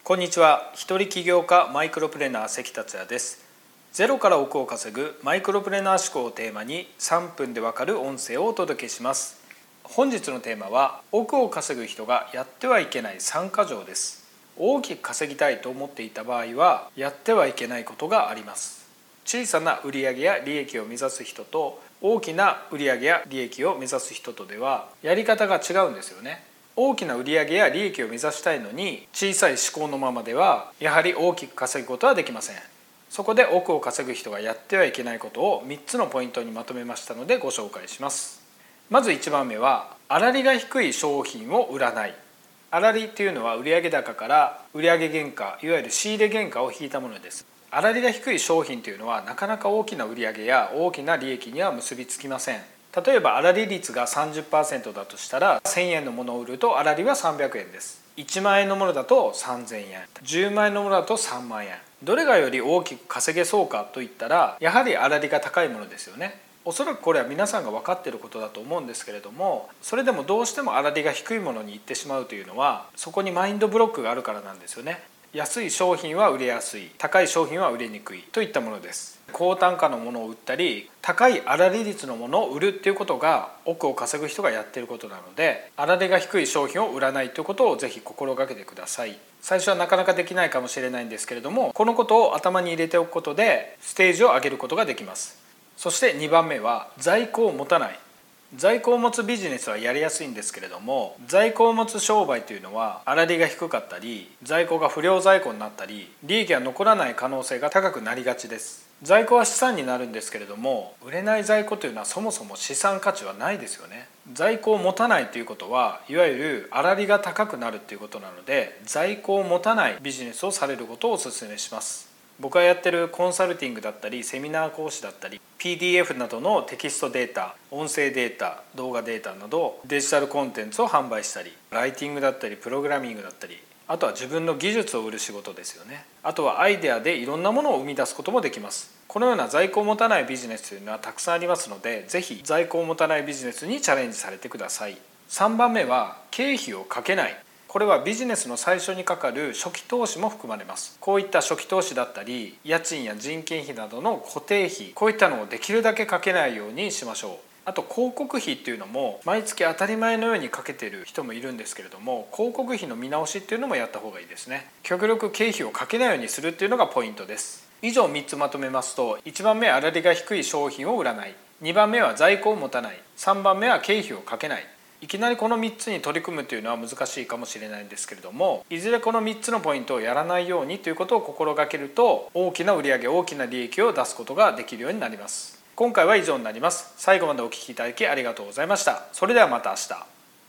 こんにちは。一人起業家マイクロプレーナー関達也です。ゼロから億を稼ぐマイクロプレーナー思考をテーマに3分でわかる音声をお届けします。本日のテーマは億を稼ぐ人がやってはいけない3か条です。大きく稼ぎたいと思っていた場合はやってはいけないことがあります。小さな売上や利益を目指す人と大きな売上や利益を目指す人とではやり方が違うんですよね。大きな売上や利益を目指したいのに小さい思考のままではやはり大きく稼ぐことはできません。そこで億を稼ぐ人がやってはいけないことを3つのポイントにまとめましたのでご紹介します。まず1番目は粗利が低い商品を売らない。粗利というのは売上高から売上原価、いわゆる仕入れ原価を引いたものです。粗利が低い商品というのはなかなか大きな売上や大きな利益には結びつきません。例えば粗利率が 30% だとしたら1000円のものを売ると粗利は300円です。1万円のものだと3000円、10万円のものだと3万円。どれがより大きく稼げそうかといったらやはり粗利が高いものですよね。おそらくこれは皆さんが分かっていることだと思うんですけれども、それでもどうしても粗利が低いものに行ってしまうというのはそこにマインドブロックがあるからなんですよね。安い商品は売れやすい、高い商品は売れにくいといったものです。高単価のものを売ったり高い粗利率のものを売るっていうことが億を稼ぐ人がやっていることなので、粗利が低い商品を売らないということをぜひ心がけてください。最初はなかなかできないかもしれないんですけれども、このことを頭に入れておくことでステージを上げることができます。そして2番目は在庫を持たない。在庫を持つビジネスはやりやすいんですけれども、在庫を持つ商売というのは粗利が低かったり在庫が不良在庫になったり利益が残らない可能性が高くなりがちです。在庫は資産になるんですけれども、売れない在庫というのはそもそも資産価値はないですよね。在庫を持たないということはいわゆる粗利が高くなるということなので、在庫を持たないビジネスをされることをお勧めします。僕がやってるコンサルティングだったりセミナー講師だったり PDF などのテキストデータ、音声データ、動画データなどデジタルコンテンツを販売したり、ライティングだったりプログラミングだったり、あとは自分の技術を売る仕事ですよね。あとはアイデアでいろんなものを生み出すこともできます。このような在庫を持たないビジネスというのはたくさんありますので、ぜひ在庫を持たないビジネスにチャレンジされてください。3番目は経費をかけない。これはビジネスの最初にかかる初期投資も含まれます。こういった初期投資だったり家賃や人件費などの固定費、こういったのをできるだけかけないようにしましょう。あと広告費っていうのも毎月当たり前のようにかけている人もいるんですけれども、広告費の見直しっていうのもやった方がいいですね。極力経費をかけないようにするっていうのがポイントです。以上3つまとめますと、1番目は粗利が低い商品を売らない、2番目は在庫を持たない、3番目は経費をかけない。いきなりこの3つに取り組むというのは難しいかもしれないんですけれども、いずれこの3つのポイントをやらないようにということを心がけると大きな売上、大きな利益を出すことができるようになります。今回は以上になります。最後までお聞きいただきありがとうございました。それではまた明日。